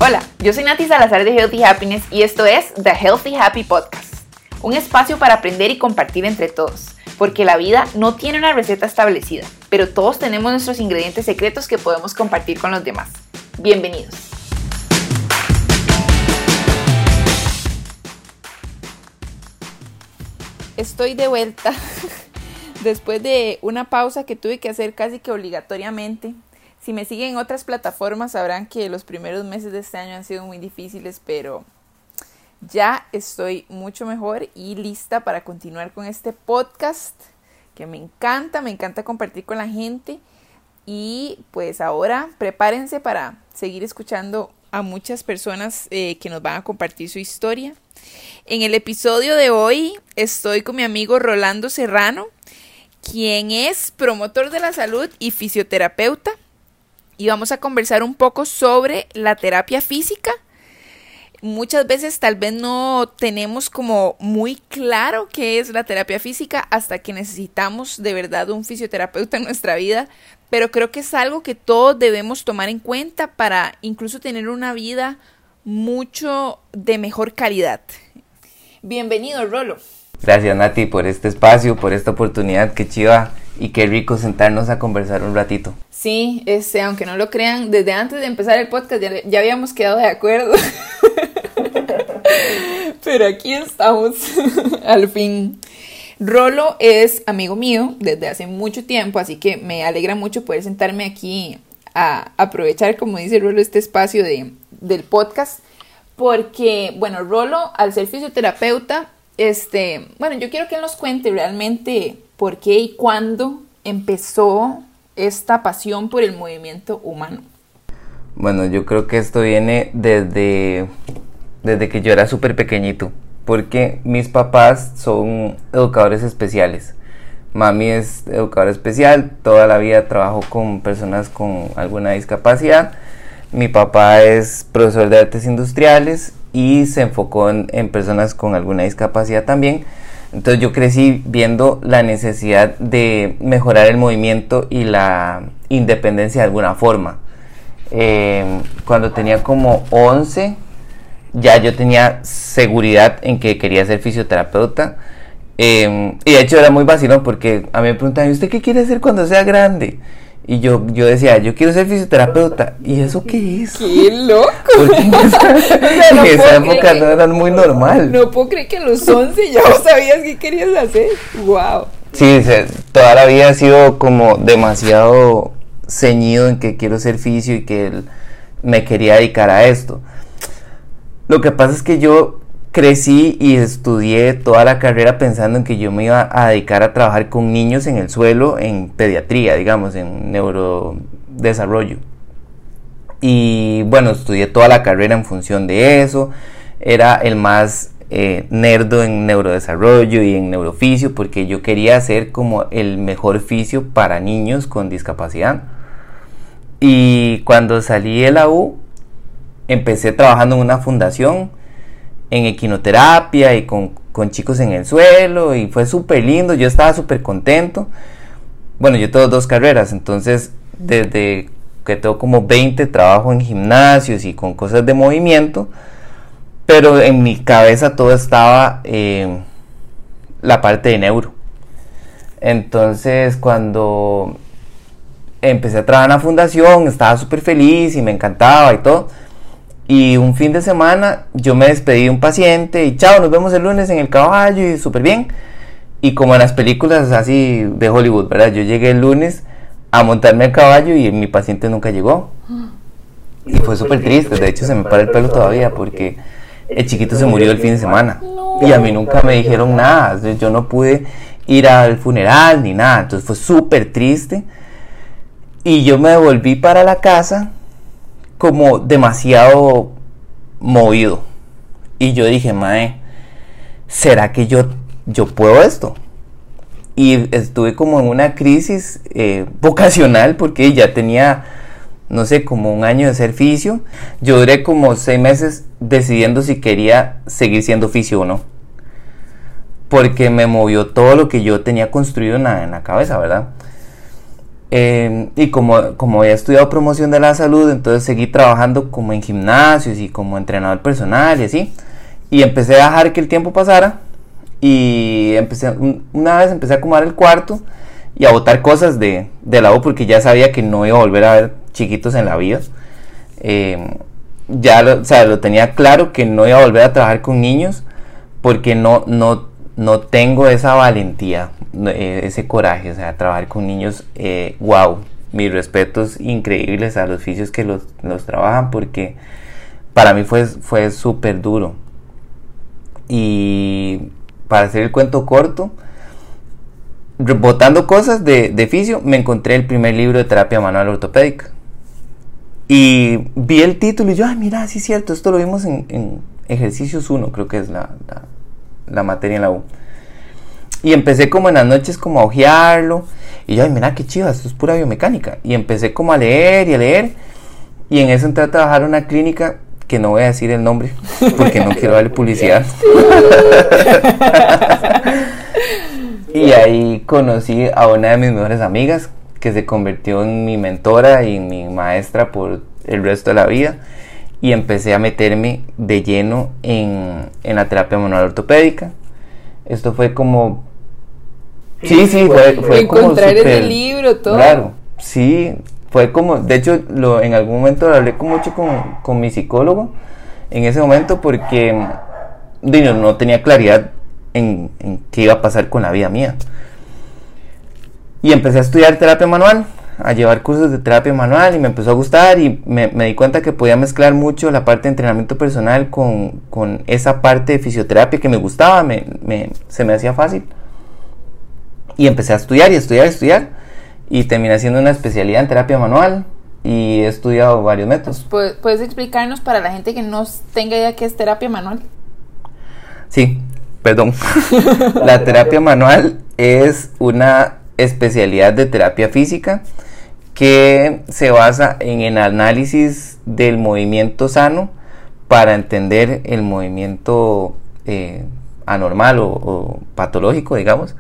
Hola, yo soy Nati Salazar de Healthy Happiness y esto es The Healthy Happy Podcast, un espacio para aprender y compartir entre todos, porque la vida no tiene una receta establecida, pero todos tenemos nuestros ingredientes secretos que podemos compartir con los demás. Bienvenidos. Estoy de vuelta después de una pausa que tuve que hacer casi que obligatoriamente. Si me siguen en otras plataformas sabrán que los primeros meses de este año han sido muy difíciles, pero ya estoy mucho mejor y lista para continuar con este podcast que me encanta compartir con la gente. Y pues ahora prepárense para seguir escuchando a muchas personas que nos van a compartir su historia. En el episodio de hoy estoy con mi amigo Rolando Serrano, quien es promotor de la salud y fisioterapeuta. Y vamos a conversar un poco sobre la terapia física. Muchas veces tal vez no tenemos como muy claro qué es la terapia física hasta que necesitamos de verdad un fisioterapeuta en nuestra vida. Pero creo que es algo que todos debemos tomar en cuenta para incluso tener una vida mucho de mejor calidad. Bienvenido, Rolo. Gracias, Nati, por este espacio, por esta oportunidad. Qué chiva y qué rico sentarnos a conversar un ratito. Sí, aunque no lo crean, desde antes de empezar el podcast ya habíamos quedado de acuerdo. Pero aquí estamos, al fin. Rolo es amigo mío desde hace mucho tiempo, así que me alegra mucho poder sentarme aquí a aprovechar, como dice Rolo, este espacio del podcast. Porque, bueno, Rolo, al ser fisioterapeuta, yo quiero que él nos cuente realmente por qué y cuándo empezó esta pasión por el movimiento humano. Bueno, yo creo que esto viene desde que yo era súper pequeñito, porque mis papás son educadores especiales. Mami es educadora especial, toda la vida trabajó con personas con alguna discapacidad. Mi papá es profesor de artes industriales y se enfocó en personas con alguna discapacidad también. Entonces yo crecí viendo la necesidad de mejorar el movimiento y la independencia de alguna forma. Cuando tenía como 11, ya yo tenía seguridad en que quería ser fisioterapeuta. Y de hecho era muy vacilón porque a mí me preguntaban, ¿usted qué quiere hacer cuando sea grande? Y yo decía, yo quiero ser fisioterapeuta. ¿Y eso qué es? ¡Qué loco! Porque en esa época no era muy normal. No puedo creer que a los 11 ya vos sabías qué querías hacer. ¡Wow! Sí, toda la vida ha sido como demasiado ceñido en que quiero ser fisio y que me quería dedicar a esto. Lo que pasa es que yo crecí y estudié toda la carrera pensando en que yo me iba a dedicar a trabajar con niños en el suelo, en pediatría, digamos, en neurodesarrollo. Y bueno, estudié toda la carrera en función de eso. Era el más nerdo en neurodesarrollo y en neurofisio, porque yo quería ser como el mejor fisio para niños con discapacidad. Y cuando salí de la U, empecé trabajando en una fundación en equinoterapia y con chicos en el suelo, y fue súper lindo, yo estaba súper contento. Bueno, yo tengo 2 carreras, entonces desde que tengo como 20 trabajo en gimnasios y con cosas de movimiento, pero en mi cabeza todo estaba la parte de neuro. Entonces cuando empecé a trabajar en la fundación estaba súper feliz y me encantaba y todo. Y un fin de semana yo me despedí de un paciente y chao, nos vemos el lunes en el caballo y súper bien. Y como en las películas así de Hollywood, ¿verdad? Yo llegué el lunes a montarme al caballo y mi paciente nunca llegó. Y fue súper triste, de hecho se me para el pelo todavía porque el chiquito se murió el fin de semana. Y a mí nunca me dijeron nada, entonces yo no pude ir al funeral ni nada, entonces fue súper triste. Y yo me devolví para la casa como demasiado movido y yo dije, mae, ¿será que yo puedo esto? Y estuve como en una crisis vocacional porque ya tenía, no sé, como un año de ser fisio. Yo duré como 6 meses decidiendo si quería seguir siendo fisio o no, porque me movió todo lo que yo tenía construido en la cabeza, ¿verdad? Y como había estudiado promoción de la salud, entonces seguí trabajando como en gimnasios y como entrenador personal y así. Y empecé a dejar que el tiempo pasara. Y una vez empecé a acomodar el cuarto y a botar cosas de la U, porque ya sabía que no iba a volver a ver chiquitos en la vida. O sea, lo tenía claro que no iba a volver a trabajar con niños, porque no tengo esa valentía, ese coraje. O sea, trabajar con niños, wow, mis respetos increíbles a los fisios que los trabajan, porque para mí fue súper duro. Y para hacer el cuento corto, botando cosas de fisio, me encontré el primer libro de terapia manual ortopédica. Y vi el título y yo, mira, sí es cierto, esto lo vimos en ejercicios 1, creo que es la materia en la U. Y empecé como en las noches como a ojearlo. Y yo, mira qué chiva, esto es pura biomecánica. Y empecé como a leer y a leer. Y en eso entré a trabajar en una clínica, que no voy a decir el nombre, porque no quiero darle publicidad. Y ahí conocí a una de mis mejores amigas, que se convirtió en mi mentora y mi maestra por el resto de la vida. Y empecé a meterme de lleno en la terapia manual ortopédica. Esto fue como... Sí, fue encontrar como ese libro, todo. Claro, sí, fue como... De hecho, en algún momento lo hablé mucho con mi psicólogo en ese momento, porque no tenía claridad en qué iba a pasar con la vida mía. Y empecé a estudiar terapia manual, a llevar cursos de terapia manual, y me empezó a gustar, y me di cuenta que podía mezclar mucho la parte de entrenamiento personal con esa parte de fisioterapia que me gustaba, se me hacía fácil. Y empecé a estudiar, y terminé haciendo una especialidad en terapia manual, y he estudiado varios métodos. ¿Puedes explicarnos para la gente que no tenga idea qué es terapia manual? Sí, perdón. La terapia manual es una especialidad de terapia física que se basa en el análisis del movimiento sano para entender el movimiento anormal o patológico, digamos.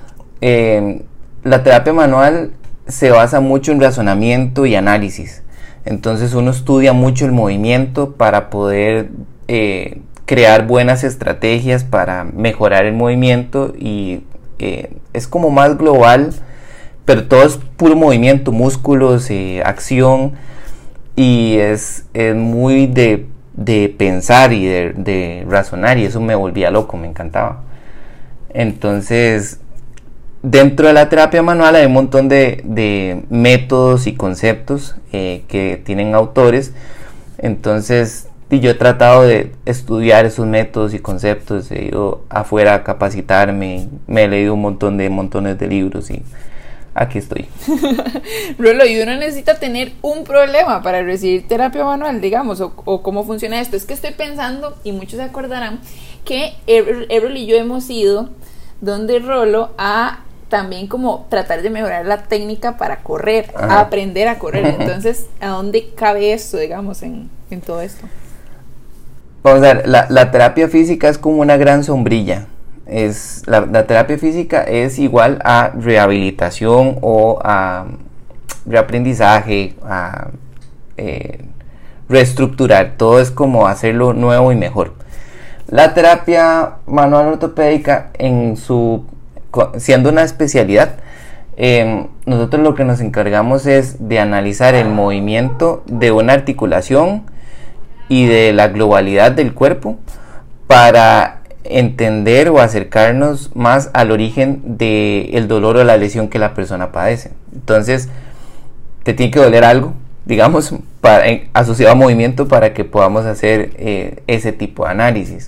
La terapia manual se basa mucho en razonamiento y análisis. Entonces uno estudia mucho el movimiento para poder crear buenas estrategias para mejorar el movimiento, y es como más global, pero todo es puro movimiento, músculos, acción, y es muy de pensar y de razonar, y eso me volvía loco, me encantaba. Entonces, dentro de la terapia manual hay un montón de métodos y conceptos que tienen autores. Entonces, yo he tratado de estudiar esos métodos y conceptos, he ido afuera a capacitarme, me he leído montones de libros, y aquí estoy. Rolo, y uno necesita tener un problema para recibir terapia manual, digamos, o cómo funciona esto. Es que estoy pensando, y muchos se acordarán, que Errol y yo hemos ido donde Rolo a también como tratar de mejorar la técnica para correr, a aprender a correr. Entonces, ¿a dónde cabe esto, digamos, en todo esto? Vamos a ver, la terapia física es como una gran sombrilla. La terapia física es igual a rehabilitación o a reaprendizaje, a reestructurar. Todo es como hacerlo nuevo y mejor. La terapia manual ortopédica, siendo una especialidad, nosotros lo que nos encargamos es de analizar el movimiento de una articulación y de la globalidad del cuerpo para entender o acercarnos más al origen del dolor o la lesión que la persona padece. Entonces, te tiene que doler algo, digamos, asociado a movimiento, para que podamos hacer ese tipo de análisis.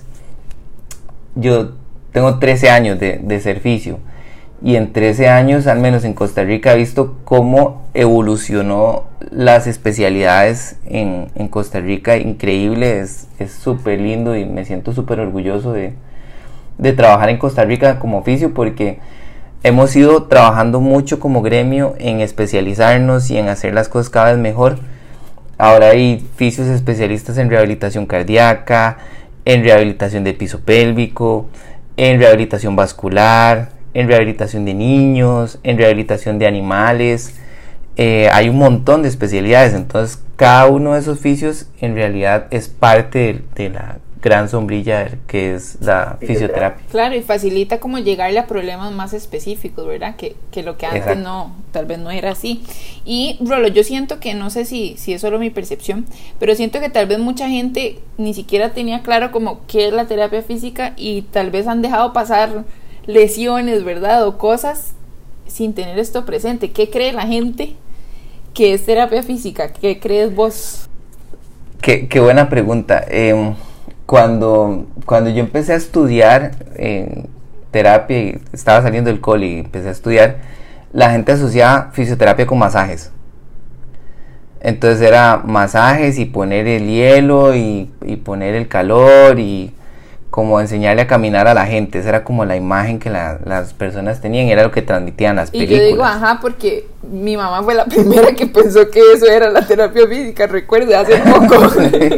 Yo tengo 13 años de ser fisio, y en 13 años, al menos en Costa Rica, he visto cómo evolucionó las especialidades en Costa Rica. Increíble, es súper lindo, y me siento súper orgulloso de trabajar en Costa Rica como fisio, porque hemos ido trabajando mucho como gremio en especializarnos y en hacer las cosas cada vez mejor. Ahora hay fisios especialistas en rehabilitación cardíaca, en rehabilitación de piso pélvico, en rehabilitación vascular, en rehabilitación de niños, en rehabilitación de animales. hay un montón de especialidades, entonces cada uno de esos oficios en realidad es parte de la gran sombrilla que es la fisioterapia. Claro, y facilita como llegarle a problemas más específicos, ¿verdad? Que lo que antes tal vez no era así. Y Rolo, yo siento que, no sé si es solo mi percepción, pero siento que tal vez mucha gente ni siquiera tenía claro como qué es la terapia física y tal vez han dejado pasar lesiones, ¿verdad? O cosas sin tener esto presente. ¿Qué cree la gente que es terapia física? ¿Qué crees vos? Qué buena pregunta. Cuando yo empecé a estudiar terapia y estaba saliendo del cole y empecé a estudiar, la gente asociaba fisioterapia con masajes. Entonces era masajes y poner el hielo y poner el calor y como enseñarle a caminar a la gente. Esa era como la imagen que las personas tenían, era lo que transmitían las películas. Y yo digo, ajá, porque mi mamá fue la primera que pensó que eso era la terapia física, recuerde, hace poco.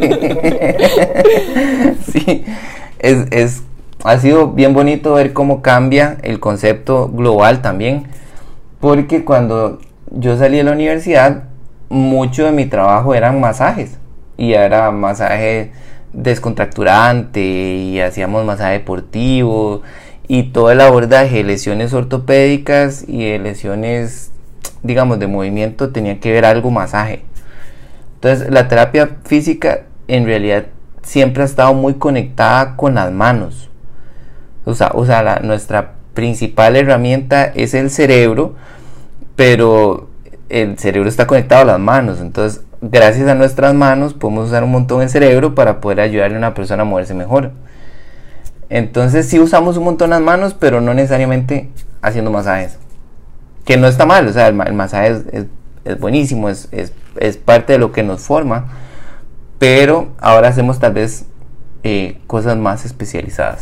Sí, ha sido bien bonito ver cómo cambia el concepto global también, porque cuando yo salí de la universidad, mucho de mi trabajo eran masajes, y era masaje descontracturante y hacíamos masaje deportivo y todo el abordaje de lesiones ortopédicas y de lesiones, digamos, de movimiento tenía que ver algo masaje. Entonces la terapia física en realidad siempre ha estado muy conectada con las manos. Nuestra principal herramienta es el cerebro, pero el cerebro está conectado a las manos. Entonces, gracias a nuestras manos podemos usar un montón el cerebro para poder ayudarle a una persona a moverse mejor. Entonces sí usamos un montón las manos, pero no necesariamente haciendo masajes, que no está mal. O sea, el masaje es buenísimo, es parte de lo que nos forma, pero ahora hacemos tal vez cosas más especializadas.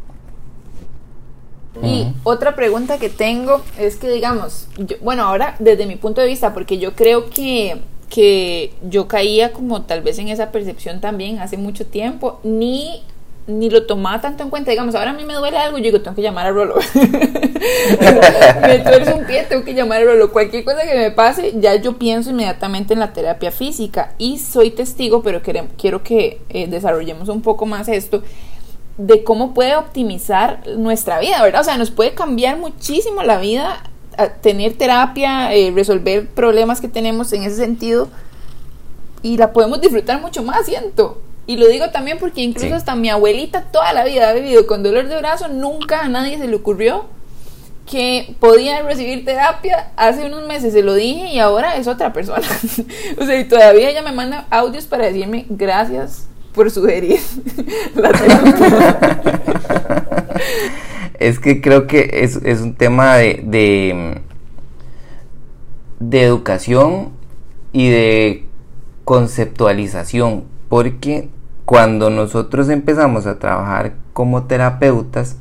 Y otra pregunta que tengo es que, digamos, ahora desde mi punto de vista, porque yo creo que yo caía como tal vez en esa percepción también hace mucho tiempo, ni lo tomaba tanto en cuenta. Digamos, ahora a mí me duele algo, yo digo, tengo que llamar a Rolo. Me tuerzo un pie, tengo que llamar a Rolo. Cualquier cosa que me pase, ya yo pienso inmediatamente en la terapia física. Y soy testigo, pero quiero que desarrollemos un poco más esto, de cómo puede optimizar nuestra vida, ¿verdad? O sea, nos puede cambiar muchísimo la vida tener terapia, resolver problemas que tenemos en ese sentido, y la podemos disfrutar mucho más, siento. Y lo digo también porque incluso hasta mi abuelita toda la vida ha vivido con dolor de brazo. Nunca a nadie se le ocurrió que podía recibir terapia. Hace unos meses se lo dije y ahora es otra persona. O sea, y todavía ella me manda audios para decirme gracias por sugerir la terapia. Es que creo que es un tema de educación y de conceptualización, porque cuando nosotros empezamos a trabajar como terapeutas,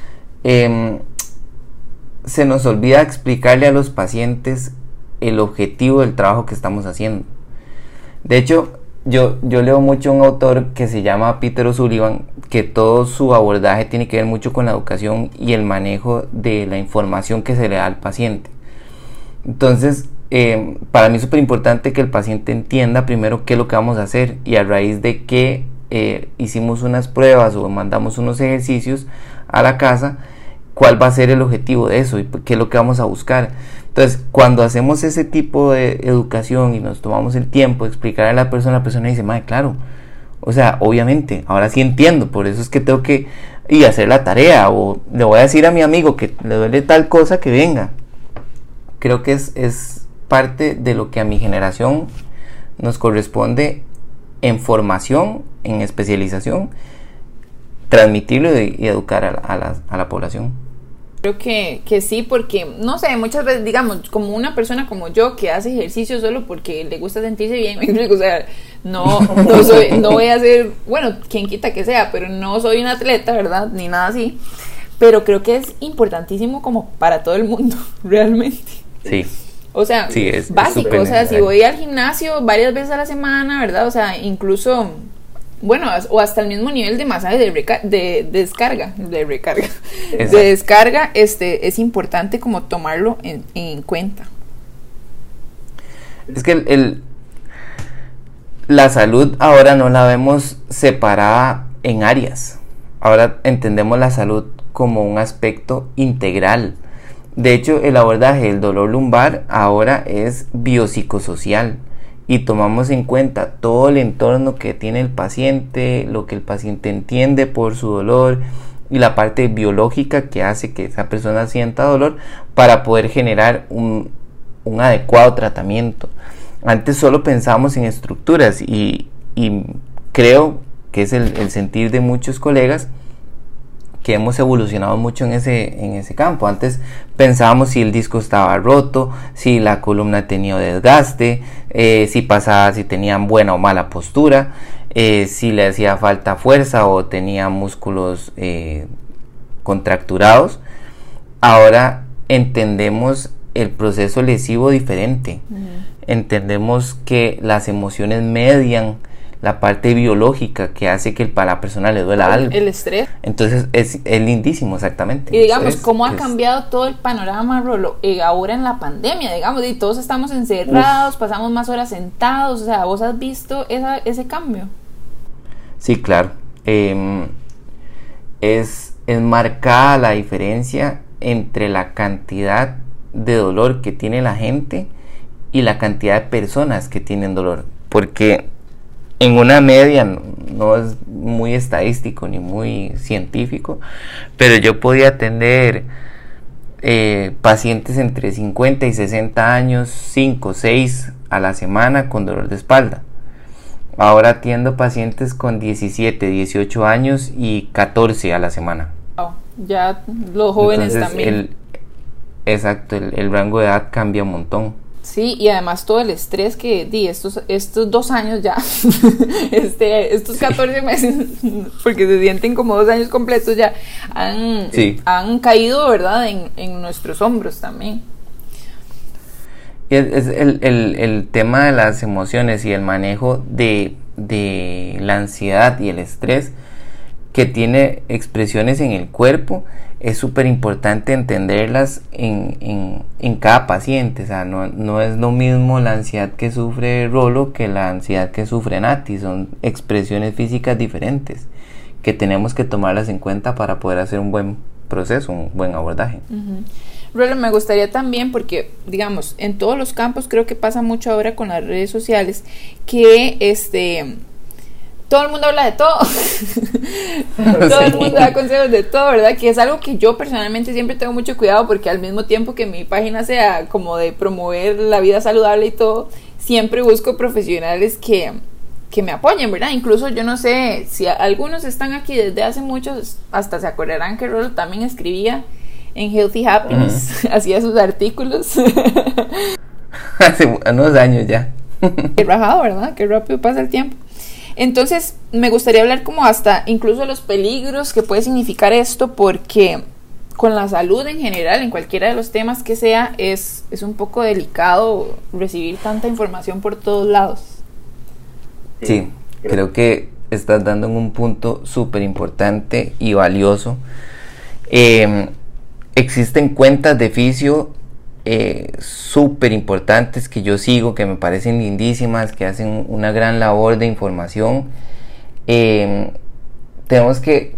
se nos olvida explicarle a los pacientes el objetivo del trabajo que estamos haciendo. De hecho, yo leo mucho a un autor que se llama Peter O'Sullivan, que todo su abordaje tiene que ver mucho con la educación y el manejo de la información que se le da al paciente. Entonces, para mí es súper importante que el paciente entienda primero qué es lo que vamos a hacer, y a raíz de que hicimos unas pruebas o mandamos unos ejercicios a la casa, cuál va a ser el objetivo de eso y qué es lo que vamos a buscar. Entonces, cuando hacemos ese tipo de educación y nos tomamos el tiempo de explicar a la persona dice, madre, claro, o sea, obviamente, ahora sí entiendo, por eso es que tengo que ir a hacer la tarea, o le voy a decir a mi amigo que le duele tal cosa, que venga. Creo que es parte de lo que a mi generación nos corresponde en formación, en especialización, transmitirlo y educar a la población. Creo que sí, porque, no sé, muchas veces, digamos, como una persona como yo que hace ejercicio solo porque le gusta sentirse bien, o sea, no voy a ser, bueno, quien quita que sea, pero no soy un atleta, ¿verdad? Ni nada así, pero creo que es importantísimo como para todo el mundo, realmente. Sí. O sea, sí, es básico, o sea, si voy al gimnasio varias veces a la semana, ¿verdad? O sea, incluso, bueno, o hasta el mismo nivel de masaje de descarga, es importante como tomarlo en cuenta. Es que la salud ahora no la vemos separada en áreas. Ahora entendemos la salud como un aspecto integral. De hecho, el abordaje del dolor lumbar ahora es biopsicosocial y tomamos en cuenta todo el entorno que tiene el paciente, lo que el paciente entiende por su dolor y la parte biológica que hace que esa persona sienta dolor para poder generar un adecuado tratamiento. Antes solo pensábamos en estructuras y creo que es el sentir de muchos colegas que hemos evolucionado mucho en ese campo. Antes pensábamos si el disco estaba roto, si la columna tenía desgaste, si tenían buena o mala postura, si le hacía falta fuerza o tenía músculos contracturados. Ahora entendemos el proceso lesivo diferente. Entendemos que las emociones median la parte biológica que hace que a la persona le duela algo. El estrés. Entonces es lindísimo, exactamente. Y digamos, cómo ha cambiado todo el panorama, Rolo, ahora en la pandemia, digamos, y todos estamos encerrados, pasamos más horas sentados, o sea, ¿vos has visto ese cambio? Sí, claro. Es marcada la diferencia entre la cantidad de dolor que tiene la gente y la cantidad de personas que tienen dolor, porque en una media no es muy estadístico ni muy científico, pero yo podía atender pacientes entre 50 y 60 años, 5 o 6 a la semana con dolor de espalda. Ahora atiendo pacientes con 17, 18 años y 14 a la semana. Wow, ya los jóvenes. Entonces, también. El rango de edad cambia un montón. Sí, y además todo el estrés que di estos 2 años ya, estos 14 meses, porque se sienten como 2 años completos ya, han caído, ¿verdad?, en nuestros hombros también. Es el tema de las emociones y el manejo de la ansiedad y el estrés que tiene expresiones en el cuerpo. Es súper importante entenderlas en cada paciente. O sea, no es lo mismo la ansiedad que sufre Rolo que la ansiedad que sufre Nati. Son expresiones físicas diferentes que tenemos que tomarlas en cuenta para poder hacer un buen proceso, un buen abordaje. Rolo, me gustaría también, porque digamos, en todos los campos creo que pasa mucho ahora con las redes sociales, que todo el mundo habla de todo. Todo el mundo da consejos de todo, ¿verdad? Que es algo que yo personalmente siempre tengo mucho cuidado, porque al mismo tiempo que mi página sea como de promover la vida saludable y todo, siempre busco profesionales que me apoyen, ¿verdad? Incluso yo no sé si algunos están aquí desde hace muchos, hasta se acordarán que Rolo también escribía en Healthy Happiness, hacía sus artículos. Hace unos años ya. Qué rajado, ¿verdad? Qué rápido pasa el tiempo. Entonces me gustaría hablar como hasta incluso los peligros que puede significar esto, porque con la salud en general, en cualquiera de los temas que sea, es un poco delicado recibir tanta información por todos lados. Sí, creo que estás dando en un punto súper importante y valioso. Existen cuentas de fisio súper importantes que yo sigo, que me parecen lindísimas, que hacen una gran labor de información. Tenemos que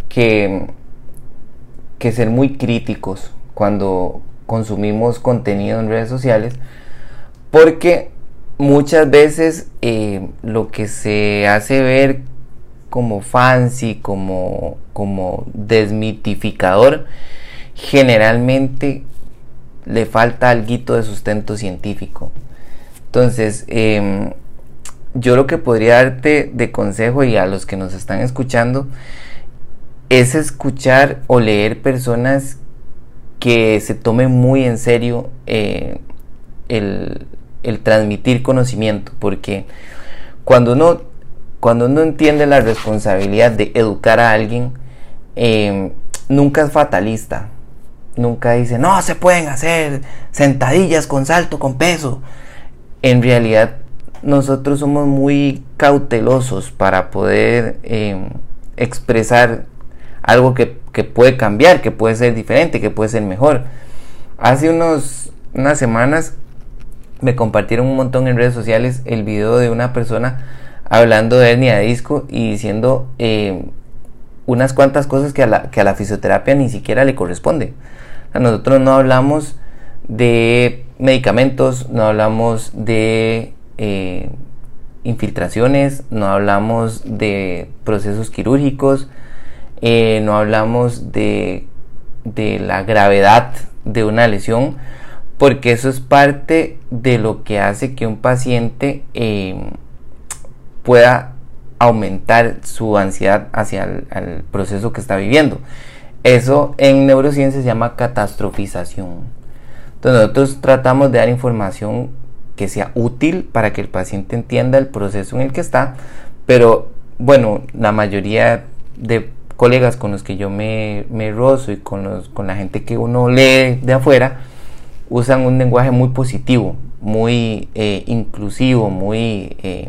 ser muy críticos cuando consumimos contenido en redes sociales, porque muchas veces lo que se hace ver como fancy, como desmitificador, generalmente le falta alguito de sustento científico. Entonces, yo lo que podría darte de consejo, y a los que nos están escuchando, es escuchar o leer personas que se tomen muy en serio el transmitir conocimiento, porque cuando uno entiende la responsabilidad de educar a alguien, nunca es fatalista. Nunca dice, no se pueden hacer sentadillas con salto con peso. En realidad, nosotros somos muy cautelosos para poder expresar algo que puede cambiar, que puede ser diferente, que puede ser mejor. Hace unas semanas me compartieron un montón en redes sociales el video de una persona hablando de hernia de disco y diciendo unas cuantas cosas que a la fisioterapia ni siquiera le corresponde. O sea, nosotros no hablamos de medicamentos, no hablamos de infiltraciones, no hablamos de procesos quirúrgicos, no hablamos de la gravedad de una lesión, porque eso es parte de lo que hace que un paciente pueda aumentar su ansiedad hacia el proceso que está viviendo. Eso en neurociencia se llama catastrofización. Entonces nosotros tratamos de dar información que sea útil para que el paciente entienda el proceso en el que está, pero bueno, la mayoría de colegas con los que yo me rozo y con la gente que uno lee de afuera, usan un lenguaje muy positivo, muy inclusivo, muy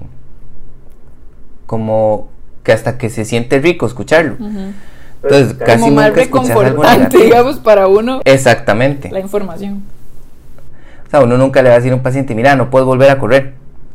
como que hasta que se siente rico escucharlo. Uh-huh. Entonces casi como nunca más reconfortante, digamos, para uno. Exactamente. La información. O sea, uno nunca le va a decir a un paciente, mira, no puedes volver a correr.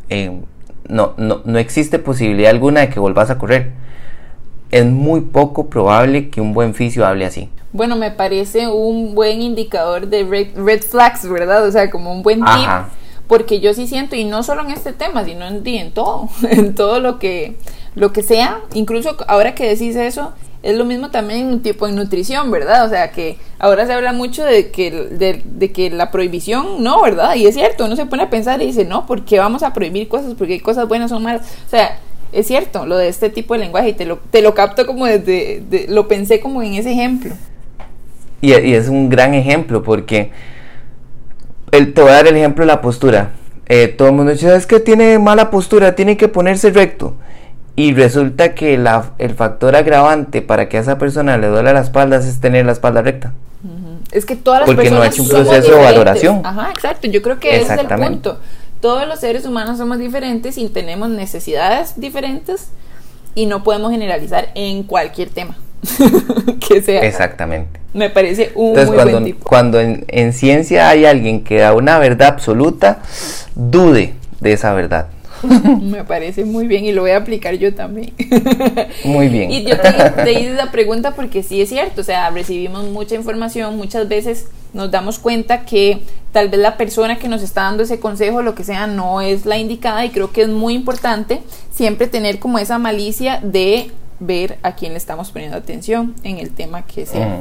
No existe posibilidad alguna de que volvas a correr. Es muy poco probable que un buen fisio hable así. Bueno, me parece un buen indicador de red flags, ¿verdad? O sea, como un buen tip. Ajá. Porque yo sí siento, y no solo en este tema, sino en todo, en todo lo que sea, incluso ahora que decís eso, es lo mismo también tipo en nutrición, ¿verdad? O sea, que ahora se habla mucho de que la prohibición, no, ¿verdad? Y es cierto, uno se pone a pensar y dice, no, ¿por qué vamos a prohibir cosas? Porque hay cosas buenas o malas. O sea, es cierto, lo de este tipo de lenguaje, y te lo capto como lo pensé como en ese ejemplo. Y es un gran ejemplo, porque te voy a dar el ejemplo de la postura. Todo el mundo dice, es que tiene mala postura, tiene que ponerse recto. Y resulta que el factor agravante para que a esa persona le duela la espalda es tener la espalda recta. Uh-huh. Es que todas las porque personas no ha hecho un proceso de valoración. Ajá, exacto. Yo creo que ese es el punto. Todos los seres humanos somos diferentes y tenemos necesidades diferentes y no podemos generalizar en cualquier tema que sea. Exactamente. Me parece un Entonces, muy buen tipo. Cuando en ciencia hay alguien que da una verdad absoluta, dude de esa verdad. Me parece muy bien y lo voy a aplicar yo también. Muy bien. Y yo te hice la pregunta porque sí es cierto, o sea, recibimos mucha información, muchas veces nos damos cuenta que tal vez la persona que nos está dando ese consejo, lo que sea, no es la indicada, y creo que es muy importante siempre tener como esa malicia de ver a quién le estamos poniendo atención en el tema que sea.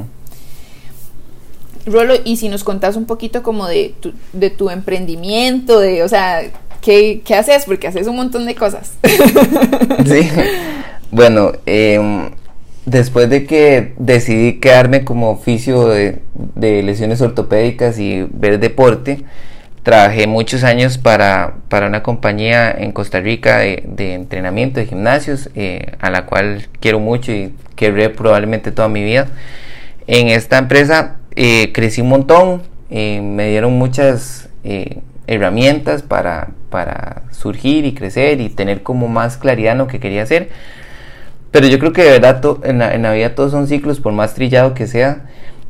Rolo, y si nos contás un poquito como de tu emprendimiento, o sea, ¿qué haces? Porque haces un montón de cosas. Sí, bueno, después de que decidí quedarme como fisio de lesiones ortopédicas y ver deporte, trabajé muchos años para una compañía en Costa Rica de entrenamiento de gimnasios, a la cual quiero mucho y querré probablemente toda mi vida. En esta empresa crecí un montón, me dieron muchas herramientas para surgir y crecer y tener como más claridad en lo que quería hacer. Pero yo creo que de verdad en la vida todos son ciclos, por más trillado que sea.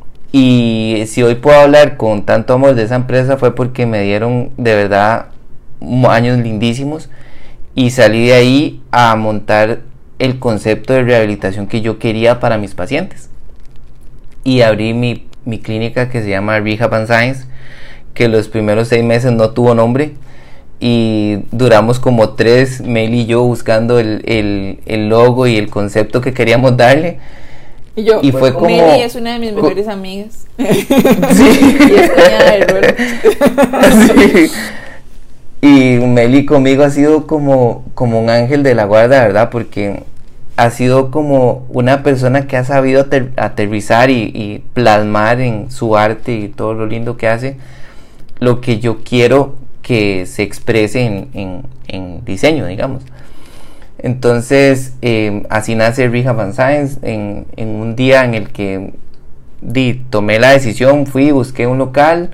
Y si hoy puedo hablar con tanto amor de esa empresa fue porque me dieron de verdad años lindísimos, y salí de ahí a montar el concepto de rehabilitación que yo quería para mis pacientes. Y abrí mi clínica que se llama Rehab & Science, que los primeros 6 meses no tuvo nombre, y duramos como 3, Mel y yo, buscando el logo y el concepto que queríamos darle. Y fue como... Meli es una de mis mejores amigas. Sí. Y es cuñada de Rolo. Sí. Y Meli conmigo ha sido como un ángel de la guarda, ¿verdad? Porque ha sido como una persona que ha sabido aterrizar y plasmar en su arte y todo lo lindo que hace lo que yo quiero que se exprese en diseño, digamos. Entonces así nace Rehab & Science, en un día en el que tomé la decisión, busqué un local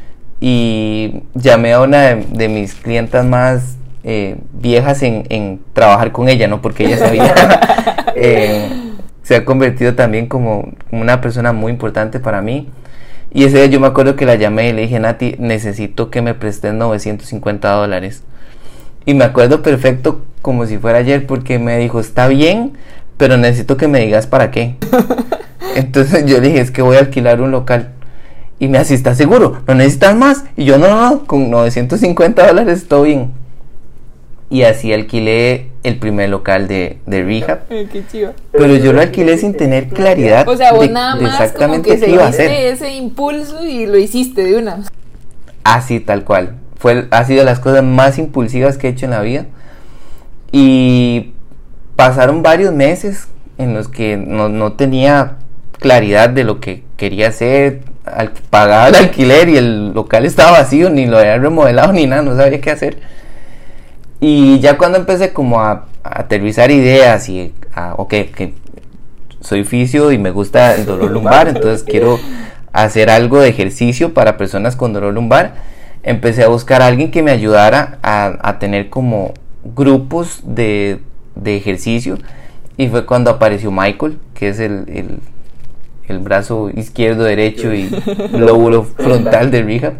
y llamé a una de mis clientas más viejas en trabajar con ella, no porque ella sabía. Se ha convertido también como una persona muy importante para mí, Y ese día yo me acuerdo que la llamé y le dije, Nati, necesito que me prestes $950. Y me acuerdo perfecto como si fuera ayer, porque me dijo, está bien, pero necesito que me digas para qué. Entonces yo le dije, es que voy a alquilar un local. Y me dice, ¿estás seguro? ¿No necesitas más? Y yo, no, con $950 todo bien. Y así alquilé el primer local de rehab. Qué chido. Pero yo lo alquilé sin tener claridad. O sea, vos nada más exactamente como que qué iba a hacer. seguiste ese impulso y lo hiciste de una. Así, tal cual. Ha sido de las cosas más impulsivas que he hecho en la vida. Y pasaron varios meses en los que no tenía claridad de lo que quería hacer. Pagaba el alquiler y el local estaba vacío, ni lo había remodelado ni nada, no sabía qué hacer. Y ya cuando empecé como a aterrizar ideas y que soy fisio y me gusta el dolor lumbar, entonces quiero hacer algo de ejercicio para personas con dolor lumbar, empecé a buscar a alguien que me ayudara a tener como grupos de ejercicio, y fue cuando apareció Michael, que es el brazo izquierdo, derecho y lóbulo frontal de rehab.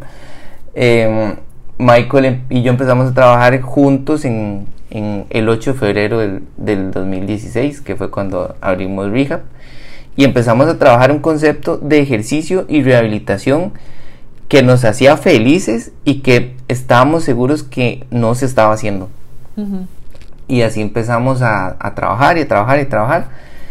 Michael y yo empezamos a trabajar juntos en el 8 de febrero del 2016, que fue cuando abrimos rehab, y empezamos a trabajar un concepto de ejercicio y rehabilitación que nos hacía felices y que estábamos seguros que no se estaba haciendo. Uh-huh. Y así empezamos a trabajar y a trabajar y a trabajar,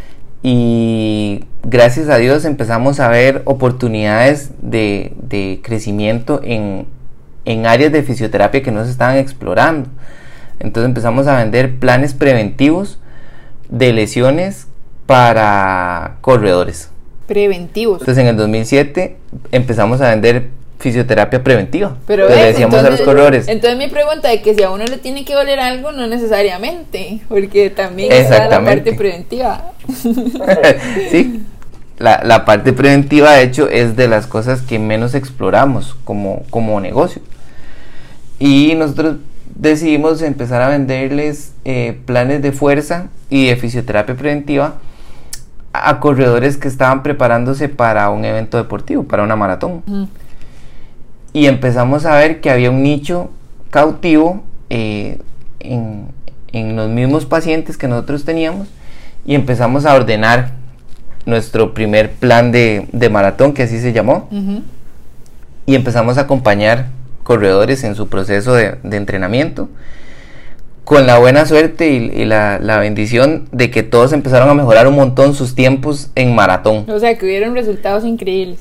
y gracias a Dios empezamos a ver oportunidades de crecimiento en áreas de fisioterapia que no se estaban explorando. Entonces empezamos a vender planes preventivos de lesiones para corredores. Preventivos. Entonces en el 2007 empezamos a vender fisioterapia preventiva. Pero le decíamos a los corredores. Entonces mi pregunta es que si a uno le tiene que doler algo, no necesariamente, porque también está la parte preventiva. Sí, la parte preventiva de hecho es de las cosas que menos exploramos como negocio. Y nosotros decidimos empezar a venderles planes de fuerza y de fisioterapia preventiva a corredores que estaban preparándose para un evento deportivo, para una maratón. Y empezamos a ver que había un nicho cautivo en los mismos pacientes que nosotros teníamos, y empezamos a ordenar nuestro primer plan de maratón, que así se llamó. Uh-huh. Y empezamos a acompañar corredores en su proceso de entrenamiento, con la buena suerte y la bendición de que todos empezaron a mejorar un montón sus tiempos en maratón. O sea, que hubieron resultados increíbles.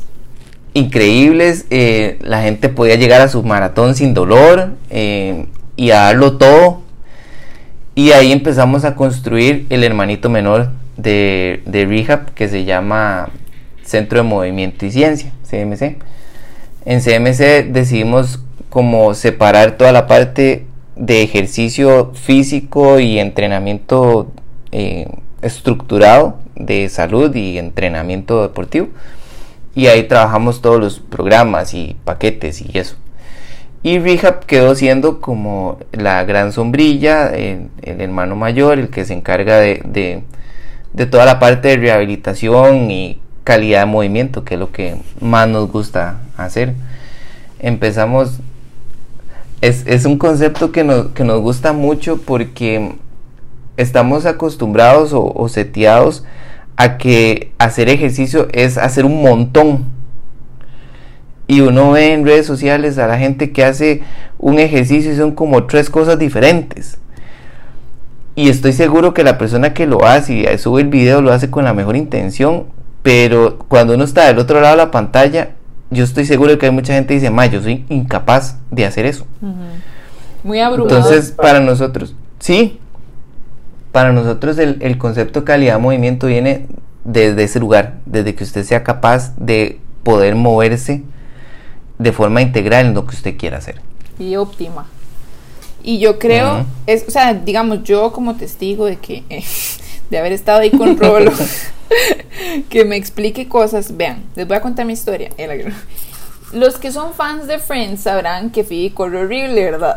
La gente podía llegar a su maratón sin dolor y a darlo todo. Y ahí empezamos a construir el hermanito menor de rehab, que se llama Centro de Movimiento y Ciencia, CMC. En CMC decidimos como separar toda la parte de ejercicio físico y entrenamiento estructurado de salud y entrenamiento deportivo, y ahí trabajamos todos los programas y paquetes y eso. Y rehab quedó siendo como la gran sombrilla, el hermano mayor, el que se encarga de toda la parte de rehabilitación y calidad de movimiento, que es lo que más nos gusta hacer. Empezamos, es un concepto que nos gusta mucho, porque estamos acostumbrados o seteados a que hacer ejercicio es hacer un montón. Y uno ve en redes sociales a la gente que hace un ejercicio y son como 3 cosas diferentes. Y estoy seguro que la persona que lo hace y sube el video lo hace con la mejor intención, pero cuando uno está del otro lado de la pantalla, yo estoy seguro de que hay mucha gente que dice, yo soy incapaz de hacer eso. Uh-huh. Muy abrumador. Entonces, para nosotros, sí, para nosotros el concepto de calidad de movimiento viene desde ese lugar, desde que usted sea capaz de poder moverse de forma integral en lo que usted quiera hacer. Y óptima. Y yo creo, uh-huh, o sea, digamos, yo como testigo de que de haber estado ahí con Rolo, que me explique cosas. Vean, les voy a contar mi historia. Los que son fans de Friends sabrán que Phoebe corre horrible, ¿verdad?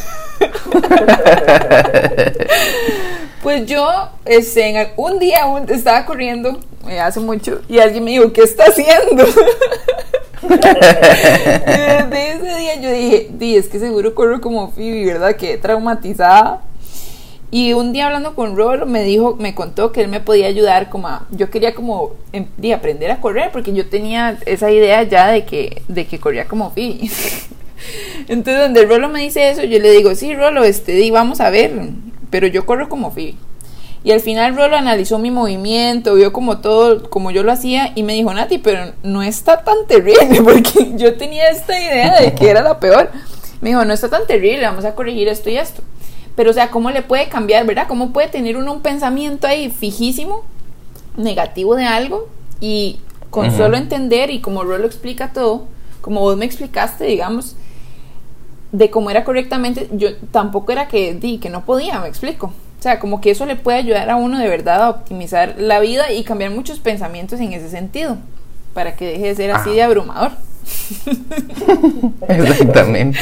Pues yo un día estaba corriendo hace mucho, y alguien me dijo, ¿qué está haciendo? Desde ese día yo dije, es que seguro corro como Phoebe, ¿verdad? Quedé traumatizada. Y un día hablando con Rolo me contó que él me podía ayudar yo quería aprender a correr, porque yo tenía esa idea ya de que corría como Phoebe. Entonces donde Rolo me dice eso, yo le digo, sí, Rolo, vamos a ver, pero yo corro como Phoebe. Y al final Rolo analizó mi movimiento, vio como todo, como yo lo hacía, y me dijo, Nati, pero no está tan terrible, porque yo tenía esta idea de que era la peor. Me dijo, no está tan terrible, vamos a corregir esto y esto. Pero, o sea, ¿cómo le puede cambiar, verdad? ¿Cómo puede tener uno un pensamiento ahí fijísimo, negativo de algo? Y con solo entender, y como Rolo explica todo, como vos me explicaste, digamos, de cómo era correctamente, yo tampoco era que no podía, me explico. O sea, como que eso le puede ayudar a uno de verdad a optimizar la vida y cambiar muchos pensamientos en ese sentido, para que deje de ser así de abrumador. Exactamente.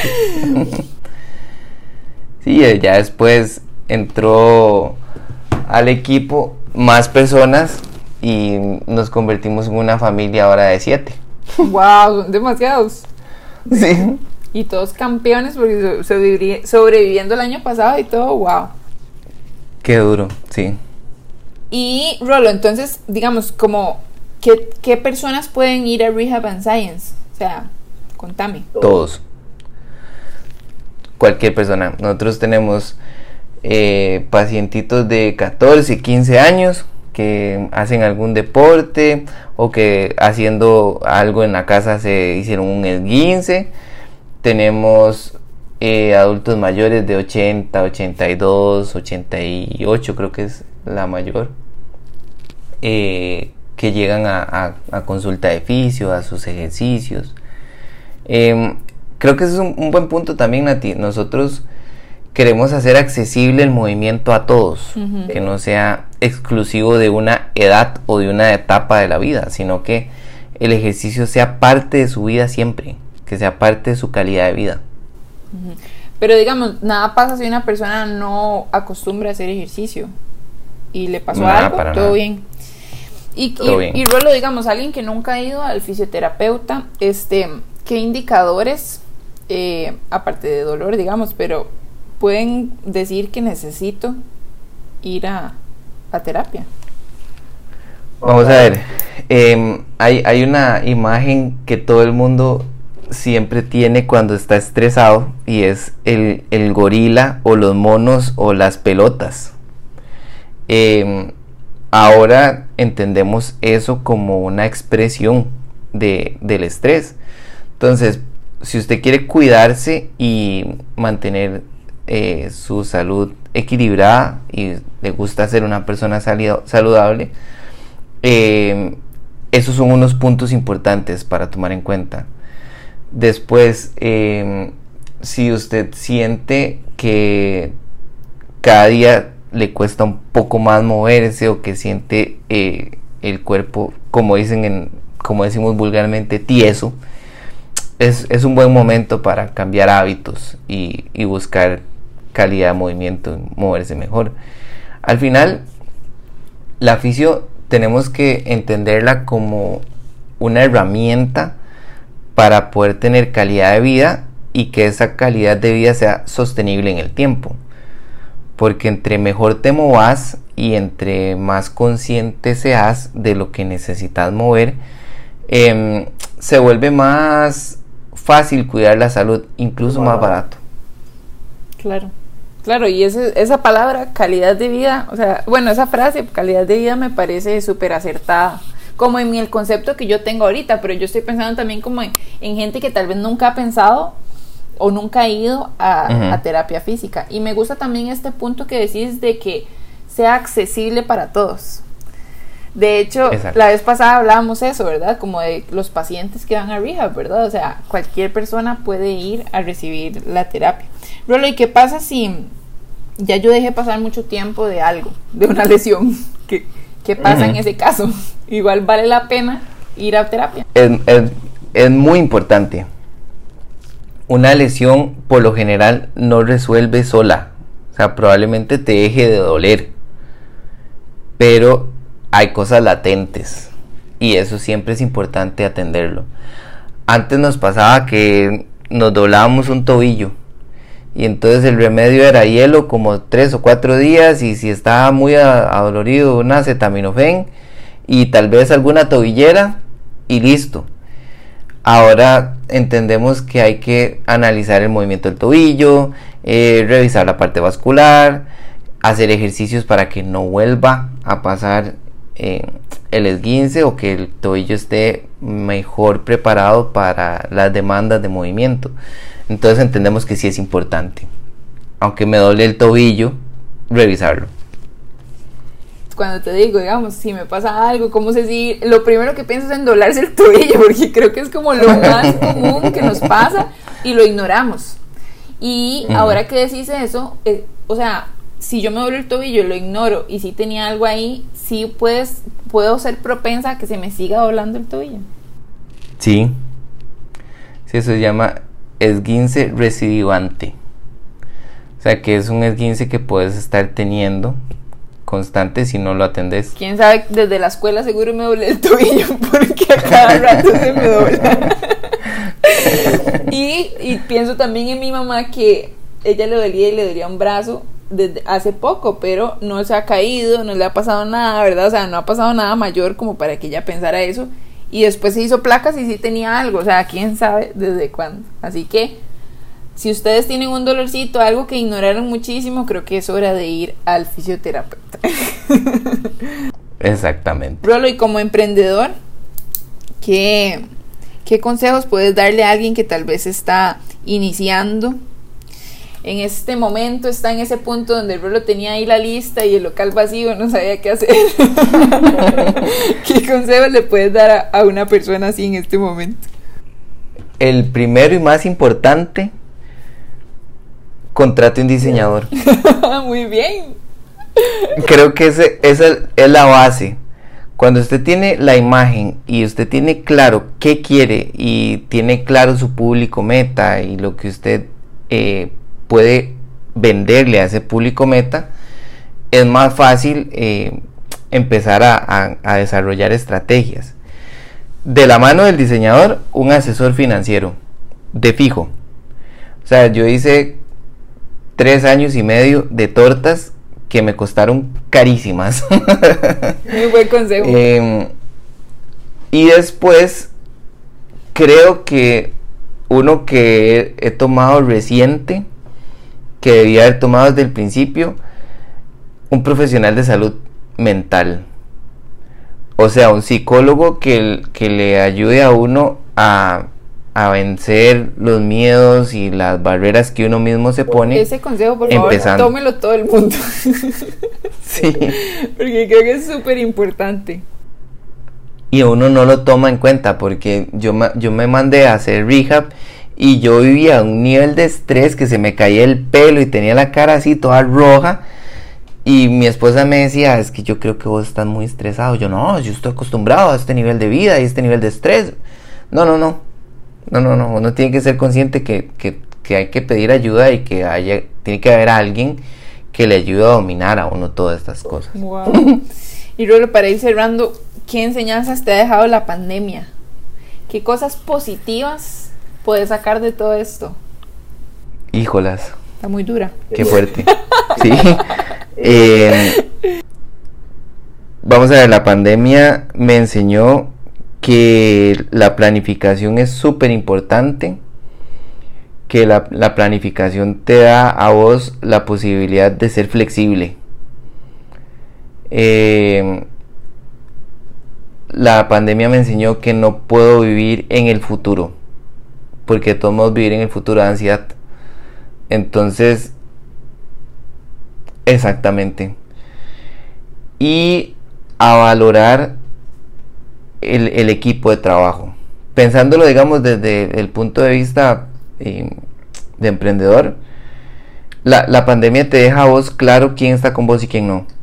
Sí, ya después entró al equipo más personas y nos convertimos en una familia ahora de 7. ¡Wow! Son demasiados. Sí. Y todos campeones porque sobreviviendo el año pasado y todo, ¡wow! Qué duro, sí. Y Rolo, entonces, digamos, ¿qué personas pueden ir a Rehab and Science? O sea, contame. Todos. Cualquier persona. Nosotros tenemos pacientitos de 14, 15 años que hacen algún deporte o que haciendo algo en la casa se hicieron un esguince. Tenemos adultos mayores de 80, 82, 88, creo que es la mayor, que llegan a consulta de fisio, a sus ejercicios. Creo que ese es un buen punto también, Nati. Nosotros queremos hacer accesible el movimiento a todos, que no sea exclusivo de una edad o de una etapa de la vida, sino que el ejercicio sea parte de su vida siempre, que sea parte de su calidad de vida. Pero digamos, nada pasa si una persona no acostumbra a hacer ejercicio y le pasó algo, todo bien. Y Rolo, digamos, alguien que nunca ha ido al fisioterapeuta, ¿qué indicadores, aparte de dolor, digamos, pero pueden decir que necesito ir a terapia? Vamos a ver, hay una imagen que todo el mundo siempre tiene cuando está estresado y es el gorila o los monos o las pelotas. Ahora entendemos eso como una expresión del estrés. Entonces, si usted quiere cuidarse y mantener su salud equilibrada y le gusta ser una persona saludable, esos son unos puntos importantes para tomar en cuenta. Después, si usted siente que cada día le cuesta un poco más moverse o que siente el cuerpo, como decimos vulgarmente, tieso, es un buen momento para cambiar hábitos y buscar calidad de movimiento, moverse mejor. Al final, la fisio tenemos que entenderla como una herramienta para poder tener calidad de vida y que esa calidad de vida sea sostenible en el tiempo, porque entre mejor te movas y entre más consciente seas de lo que necesitas mover, se vuelve más fácil cuidar la salud, incluso más barato. Claro, y esa palabra, calidad de vida, o sea, bueno, esa frase, calidad de vida, me parece súper acertada, como en el concepto que yo tengo ahorita, pero yo estoy pensando también como en gente que tal vez nunca ha pensado o nunca ha ido a terapia física. Y me gusta también este punto que decís de que sea accesible para todos. De hecho, exacto, la vez pasada hablábamos eso, ¿verdad? Como de los pacientes que van a rehab, ¿verdad? O sea, cualquier persona puede ir a recibir la terapia. Rolo, ¿y qué pasa si ya yo dejé pasar mucho tiempo de algo, de una lesión? ¿Qué pasa en ese caso? Igual vale la pena ir a terapia. Es muy importante. Una lesión por lo general no resuelve sola. O sea, probablemente te deje de doler, pero hay cosas latentes y eso siempre es importante atenderlo. antes nos pasaba que nos doblábamos un tobillo y entonces el remedio era hielo como 3 o 4 días, y si estaba muy adolorido, una acetaminofén y tal vez alguna tobillera y listo. Ahora entendemos que hay que analizar el movimiento del tobillo, revisar la parte vascular, hacer ejercicios para que no vuelva a pasar el esguince, o que el tobillo esté mejor preparado para las demandas de movimiento. Entonces entendemos que sí es importante, aunque me duele el tobillo, revisarlo. Cuando te digo, digamos, si me pasa algo, ¿cómo sé si? Lo primero que pienso es en doblarse el tobillo, porque creo que es como lo más común que nos pasa y lo ignoramos. Y ahora que decís eso, o sea, si yo me doblo el tobillo y lo ignoro y si tenía algo ahí, sí puedo ser propensa a que se me siga doblando el tobillo. Sí, eso se llama esguince recidivante. O sea, que es un esguince que puedes estar teniendo constante si no lo atendes. Quién sabe, desde la escuela seguro me doblé el tobillo porque a cada rato se me dobla. y pienso también en mi mamá, que ella le dolía un brazo desde hace poco, pero no se ha caído, no le ha pasado nada, ¿verdad? O sea, no ha pasado nada mayor como para que ella pensara eso. Y después se hizo placas y sí tenía algo, o sea, quién sabe desde cuándo. Así que si ustedes tienen un dolorcito, algo que ignoraron muchísimo, creo que es hora de ir al fisioterapeuta. Exactamente. Rolo, y como emprendedor, ¿qué consejos puedes darle a alguien que tal vez está iniciando? En este momento está en ese punto donde el Rolo tenía ahí la lista y el local vacío, no sabía qué hacer. ¿Qué consejos le puedes dar a una persona así en este momento? El primero y más importante: contrate un diseñador. Muy bien. Creo que esa es la base. Cuando usted tiene la imagen y usted tiene claro qué quiere y tiene claro su público meta y lo que usted puede venderle a ese público meta, es más fácil empezar a desarrollar estrategias. De la mano del diseñador, un asesor financiero de fijo. O sea, yo hice 3 años y medio de tortas que me costaron carísimas. Muy buen consejo. Y después creo que uno que he tomado reciente, que debía haber tomado desde el principio, un profesional de salud mental. O sea, un psicólogo que le ayude a uno a vencer los miedos y las barreras que uno mismo se pone. Ese consejo, por favor, tómelo todo el mundo. Sí. Porque creo que es súper importante. Y uno no lo toma en cuenta, porque yo me mandé a hacer rehab y yo vivía a un nivel de estrés que se me caía el pelo y tenía la cara así toda roja. Y mi esposa me decía: es que yo creo que vos estás muy estresado. Yo estoy acostumbrado a este nivel de vida y este nivel de estrés. No, uno tiene que ser consciente que hay que pedir ayuda y que tiene que haber alguien que le ayude a dominar a uno todas estas cosas. Wow. Y Rolo, para ir cerrando, ¿qué enseñanzas te ha dejado la pandemia? ¿Qué cosas positivas puedes sacar de todo esto? Híjolas. Está muy dura. Qué fuerte. Sí. Vamos a ver, la pandemia me enseñó que la planificación es súper importante, que la planificación te da a vos la posibilidad de ser flexible. La pandemia me enseñó que no puedo vivir en el futuro, porque de todos modos vivir en el futuro da ansiedad. Entonces, exactamente. Y a valorar el equipo de trabajo, pensándolo, digamos, desde el punto de vista de emprendedor. La pandemia te deja a vos claro quién está con vos y quién no,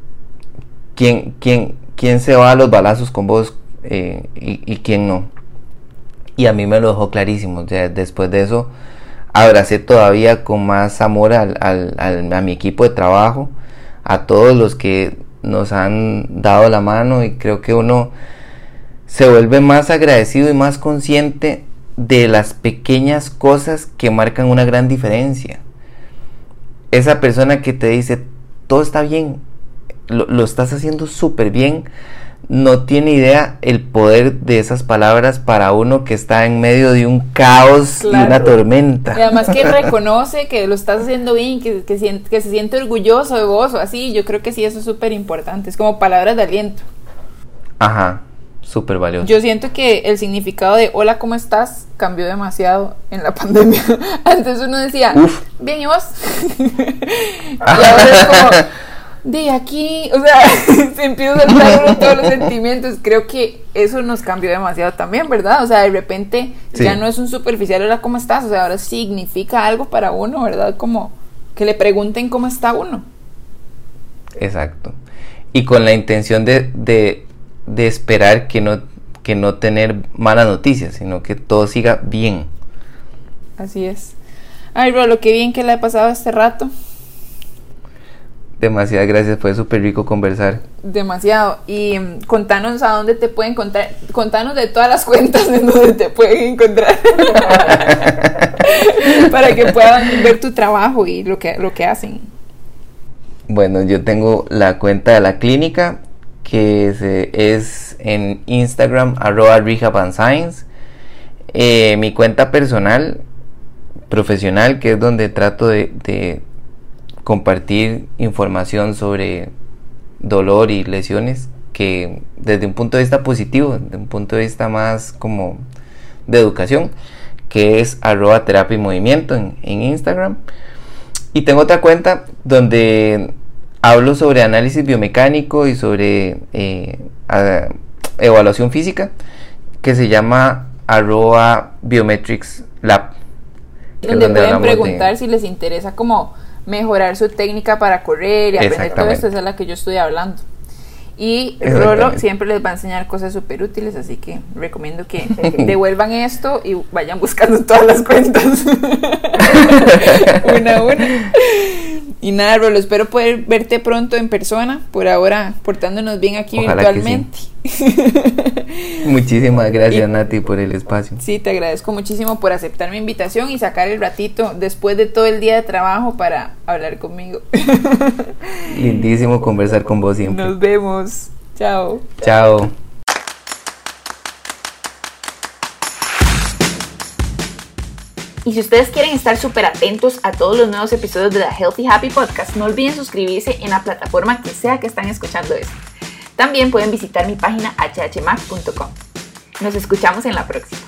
quién se va a los balazos con vos y quién no. Y a mí me lo dejó clarísimo. O sea, después de eso abracé todavía con más amor a mi equipo de trabajo, a todos los que nos han dado la mano, y creo que uno se vuelve más agradecido y más consciente de las pequeñas cosas que marcan una gran diferencia. Esa persona que te dice, todo está bien, lo estás haciendo súper bien, no tiene idea el poder de esas palabras para uno que está en medio de un caos, claro, y una tormenta. Y además que reconoce que lo estás haciendo bien, que se siente orgulloso de vos o así. Yo creo que sí, eso es súper importante. Es como palabras de aliento. Ajá, súper valioso. Yo siento que el significado de hola, ¿cómo estás? Cambió demasiado en la pandemia. Antes uno decía, bien, ¿y vos? Y ahora es como, de aquí, o sea, se empieza a soltar todos los sentimientos. Creo que eso nos cambió demasiado también, ¿verdad? O sea, de repente ya no es un superficial hola, ¿cómo estás? O sea, ahora significa algo para uno, ¿verdad? Como que le pregunten cómo está uno. Exacto. Y con la intención de esperar que no tener malas noticias, sino que todo siga bien. Así es. Ay, Rolo, qué bien que le ha pasado este rato. Demasiadas gracias, fue súper rico conversar. Demasiado. Y contanos a dónde te pueden encontrar. Contanos de todas las cuentas en donde te pueden encontrar. Para que puedan ver tu trabajo y lo que hacen. Bueno, yo tengo la cuenta de la clínica, que es en Instagram, @rehabandscience. Mi cuenta personal, profesional, que es donde trato de compartir información sobre dolor y lesiones, que desde un punto de vista positivo, desde un punto de vista más como de educación, que es @terapia y movimiento en Instagram. Y tengo otra cuenta donde hablo sobre análisis biomecánico y sobre evaluación física, que se llama @biometricslab, donde pueden preguntar si les interesa como mejorar su técnica para correr y aprender todo esto. Esa es la que yo estoy hablando. Y Rolo siempre les va a enseñar cosas súper útiles, así que recomiendo que devuelvan esto y vayan buscando todas las cuentas una a una. Y nada, Rolo, espero poder verte pronto en persona. Por ahora, portándonos bien aquí. Ojalá virtualmente. Sí. Muchísimas gracias, Nati, por el espacio. Sí, te agradezco muchísimo por aceptar mi invitación y sacar el ratito después de todo el día de trabajo para hablar conmigo. Lindísimo conversar con vos siempre. Nos vemos. Chao. Chao. Y si ustedes quieren estar súper atentos a todos los nuevos episodios de la Healthy Happy Podcast, no olviden suscribirse en la plataforma que sea que están escuchando esto. También pueden visitar mi página hhmac.com. Nos escuchamos en la próxima.